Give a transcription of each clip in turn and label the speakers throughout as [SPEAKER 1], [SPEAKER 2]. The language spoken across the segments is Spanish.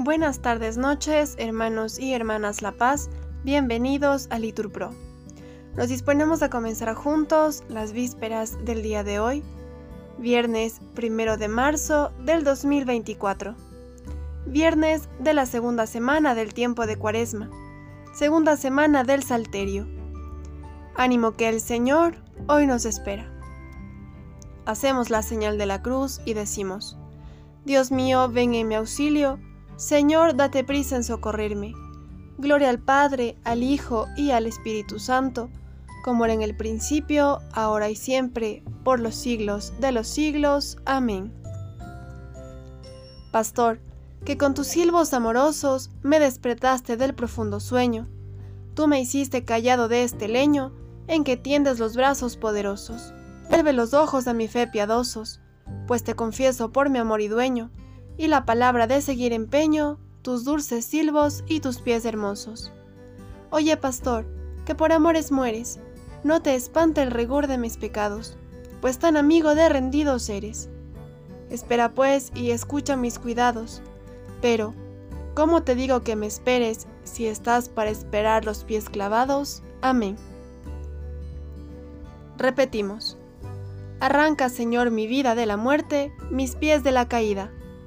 [SPEAKER 1] Buenas tardes, noches, hermanos y hermanas La Paz, bienvenidos a LiturPro. Nos disponemos a comenzar juntos las vísperas del día de hoy, viernes 1 de marzo del 2024, viernes de la segunda semana del tiempo de Cuaresma, segunda semana del Salterio. Ánimo que el Señor hoy nos espera. Hacemos la señal de la cruz y decimos: Dios mío, ven en mi auxilio. Señor, date prisa en socorrerme. Gloria al Padre, al Hijo y al Espíritu Santo, como era en el principio, ahora y siempre, por los siglos de los siglos. Amén. Pastor, que con tus silbos amorosos me despertaste del profundo sueño. Tú me hiciste callado de este leño, en que tiendes los brazos poderosos. Vuelve los ojos a mi fe piadosos, pues te confieso por mi amor y dueño, y la palabra de seguir empeño, tus dulces silbos y tus pies hermosos. Oye, pastor, que por amores mueres, no te espante el rigor de mis pecados, pues tan amigo de rendidos eres. Espera pues y escucha mis cuidados, pero, ¿cómo te digo que me esperes si estás para esperar los pies clavados? Amén. Repetimos: arranca, Señor, mi vida de la muerte, mis pies de la caída.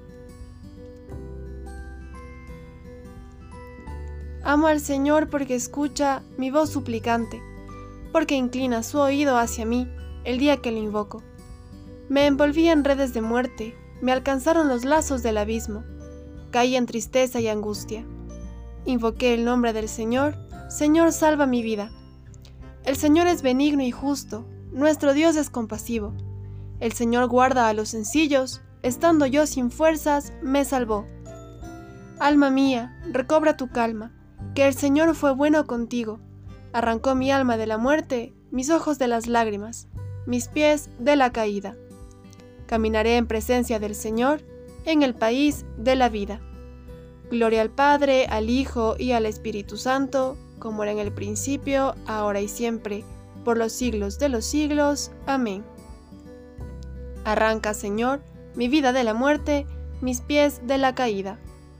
[SPEAKER 1] Amo al Señor porque escucha mi voz suplicante, porque inclina su oído hacia mí el día que le invoco. Me envolví en redes de muerte, me alcanzaron los lazos del abismo, caí en tristeza y angustia. Invoqué el nombre del Señor, Señor, salva mi vida. El Señor es benigno y justo, nuestro Dios es compasivo. El Señor guarda a los sencillos, estando yo sin fuerzas, me salvó. Alma mía, recobra tu calma, que el Señor fue bueno contigo. Arrancó mi alma de la muerte, mis ojos de las lágrimas, mis pies de la caída. Caminaré en presencia del Señor, en el país de la vida. Gloria al Padre, al Hijo y al Espíritu Santo, como era en el principio, ahora y siempre, por los siglos de los siglos. Amén. Arranca, Señor, mi vida de la muerte, mis pies de la caída.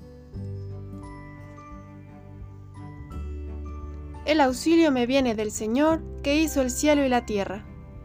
[SPEAKER 1] El auxilio me viene del Señor, que hizo el cielo y la tierra.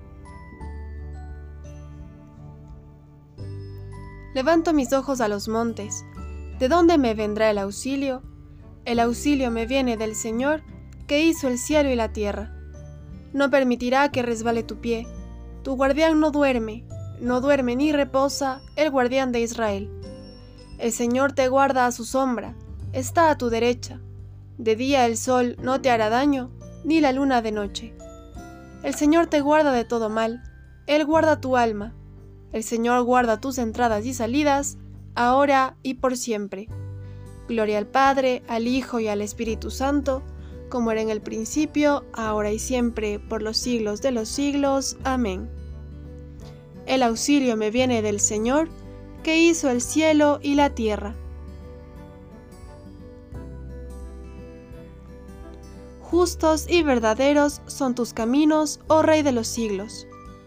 [SPEAKER 1] Levanto mis ojos a los montes. ¿De dónde me vendrá el auxilio? El auxilio me viene del Señor, que hizo el cielo y la tierra. No permitirá que resbale tu pie. Tu guardián no duerme ni reposa el guardián de Israel. El Señor te guarda a su sombra, está a tu derecha. De día el sol no te hará daño, ni la luna de noche. El Señor te guarda de todo mal, Él guarda tu alma. El Señor guarda tus entradas y salidas, ahora y por siempre. Gloria al Padre, al Hijo y al Espíritu Santo, como era en el principio, ahora y siempre, por los siglos de los siglos. Amén. El auxilio me viene del Señor, que hizo el cielo y la tierra. Justos y verdaderos son tus caminos, oh Rey de los siglos.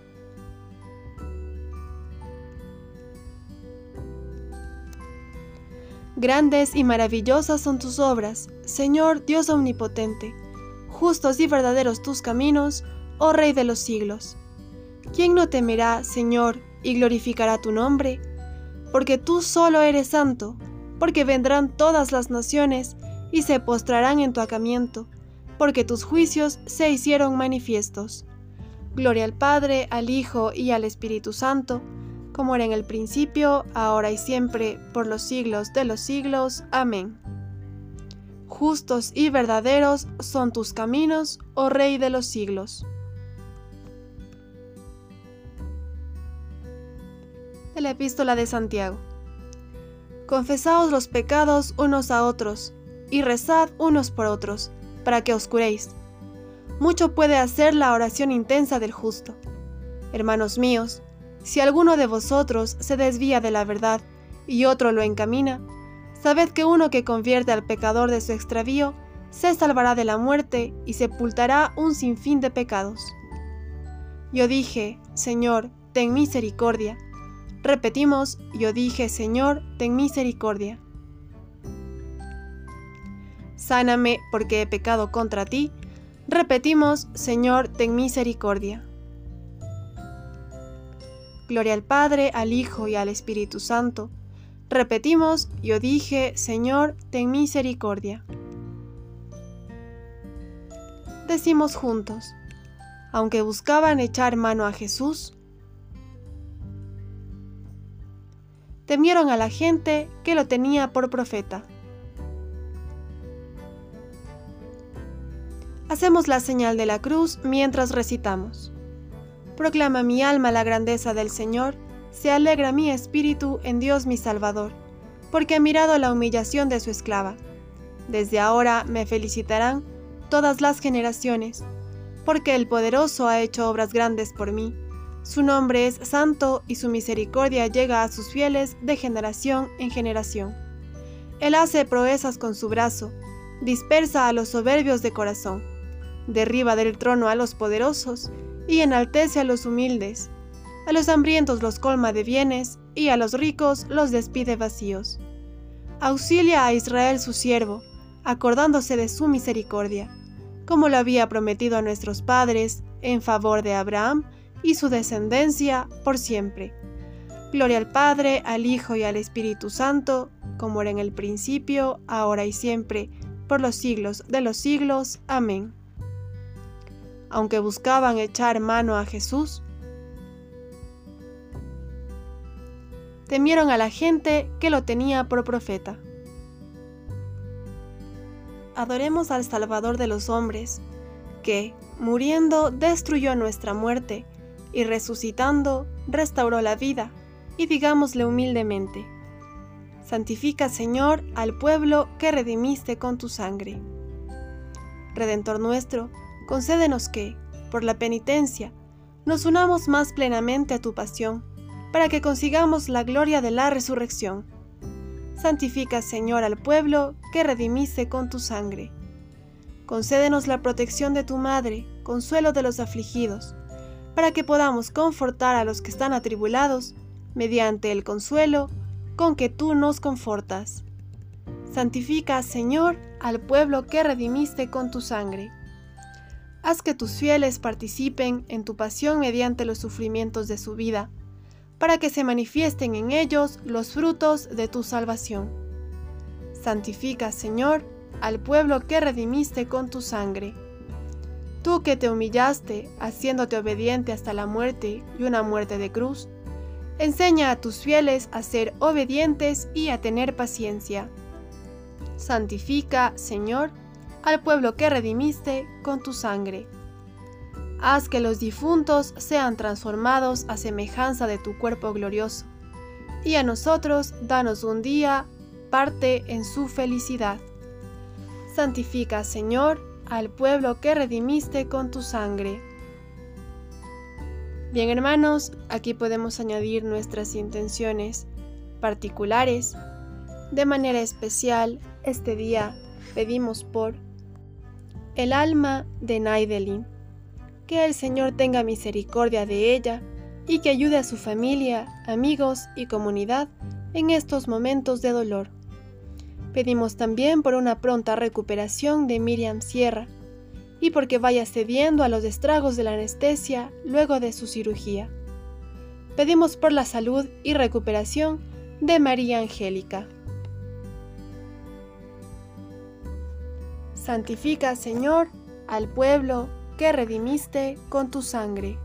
[SPEAKER 1] Grandes y maravillosas son tus obras, Señor Dios omnipotente. Justos y verdaderos tus caminos, oh Rey de los siglos. ¿Quién no temerá, Señor, y glorificará tu nombre? Porque tú solo eres santo, porque vendrán todas las naciones y se postrarán en tu acamiento, porque tus juicios se hicieron manifiestos. Gloria al Padre, al Hijo y al Espíritu Santo, como era en el principio, ahora y siempre, por los siglos de los siglos. Amén. Justos y verdaderos son tus caminos, oh Rey de los siglos. De la Epístola de Santiago. Confesaos los pecados unos a otros, y rezad unos por otros, para que os curéis. Mucho puede hacer la oración intensa del justo. Hermanos míos, si alguno de vosotros se desvía de la verdad y otro lo encamina, sabed que uno que convierte al pecador de su extravío se salvará de la muerte y sepultará un sinfín de pecados. Yo dije: Señor, ten misericordia. Repetimos: yo dije: Señor, ten misericordia. Sáname porque he pecado contra ti. Repetimos, Señor, ten misericordia. Gloria al Padre, al Hijo y al Espíritu Santo. Repetimos, yo dije, Señor, ten misericordia. Decimos juntos, aunque buscaban echar mano a Jesús, temieron a la gente que lo tenía por profeta. Hacemos la señal de la cruz mientras recitamos. Proclama mi alma la grandeza del Señor, se alegra mi espíritu en Dios mi Salvador, porque ha mirado la humillación de su esclava. Desde ahora me felicitarán todas las generaciones, porque el Poderoso ha hecho obras grandes por mí. Su nombre es santo y su misericordia llega a sus fieles de generación en generación. Él hace proezas con su brazo, dispersa a los soberbios de corazón, derriba del trono a los poderosos y enaltece a los humildes. A los hambrientos los colma de bienes y a los ricos los despide vacíos. Auxilia a Israel su siervo, acordándose de su misericordia, como lo había prometido a nuestros padres, en favor de Abraham y su descendencia por siempre. Gloria al Padre, al Hijo y al Espíritu Santo, como era en el principio, ahora y siempre, por los siglos de los siglos. Amén. Aunque buscaban echar mano a Jesús, temieron a la gente que lo tenía por profeta. Adoremos al Salvador de los hombres, que, muriendo, destruyó nuestra muerte, y resucitando, restauró la vida, y digámosle humildemente: santifica, Señor, al pueblo que redimiste con tu sangre. Redentor nuestro, concédenos que, por la penitencia, nos unamos más plenamente a tu pasión, para que consigamos la gloria de la resurrección. Santifica, Señor, al pueblo que redimiste con tu sangre. Concédenos la protección de tu Madre, consuelo de los afligidos, para que podamos confortar a los que están atribulados, mediante el consuelo con que tú nos confortas. Santifica, Señor, al pueblo que redimiste con tu sangre. Haz que tus fieles participen en tu pasión mediante los sufrimientos de su vida, para que se manifiesten en ellos los frutos de tu salvación. Santifica, Señor, al pueblo que redimiste con tu sangre. Tú que te humillaste, haciéndote obediente hasta la muerte y una muerte de cruz, enseña a tus fieles a ser obedientes y a tener paciencia. Santifica, Señor, al pueblo que redimiste con tu sangre. Haz que los difuntos sean transformados a semejanza de tu cuerpo glorioso, y a nosotros danos un día parte en su felicidad. Santifica, Señor, al pueblo que redimiste con tu sangre. Bien, hermanos, aquí podemos añadir nuestras intenciones particulares. De manera especial, este día pedimos por el alma de Naidelin, que el Señor tenga misericordia de ella y que ayude a su familia, amigos y comunidad en estos momentos de dolor. Pedimos también por una pronta recuperación de Miriam Sierra y porque vaya cediendo a los estragos de la anestesia luego de su cirugía. Pedimos por la salud y recuperación de María Angélica. Santifica, Señor, al pueblo que redimiste con tu sangre.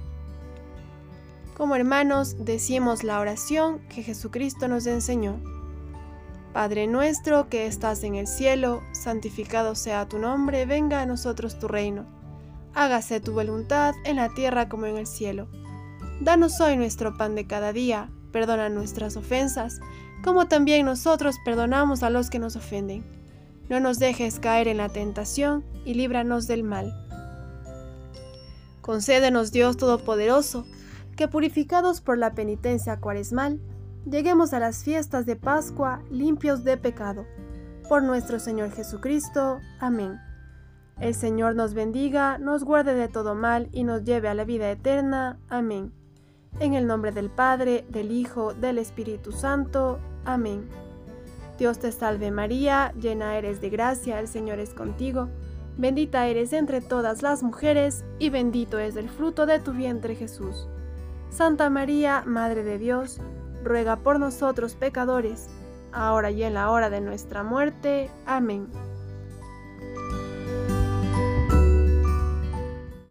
[SPEAKER 1] Como hermanos, decimos la oración que Jesucristo nos enseñó. Padre nuestro que estás en el cielo, santificado sea tu nombre, venga a nosotros tu reino. Hágase tu voluntad en la tierra como en el cielo. Danos hoy nuestro pan de cada día, perdona nuestras ofensas, como también nosotros perdonamos a los que nos ofenden. No nos dejes caer en la tentación y líbranos del mal. Concédenos, Dios Todopoderoso, que purificados por la penitencia cuaresmal, lleguemos a las fiestas de Pascua limpios de pecado. Por nuestro Señor Jesucristo. Amén. El Señor nos bendiga, nos guarde de todo mal y nos lleve a la vida eterna. Amén. En el nombre del Padre, del Hijo, del Espíritu Santo. Amén. Dios te salve María, llena eres de gracia, el Señor es contigo. Bendita eres entre todas las mujeres, y bendito es el fruto de tu vientre Jesús. Santa María, Madre de Dios, ruega por nosotros pecadores, ahora y en la hora de nuestra muerte. Amén.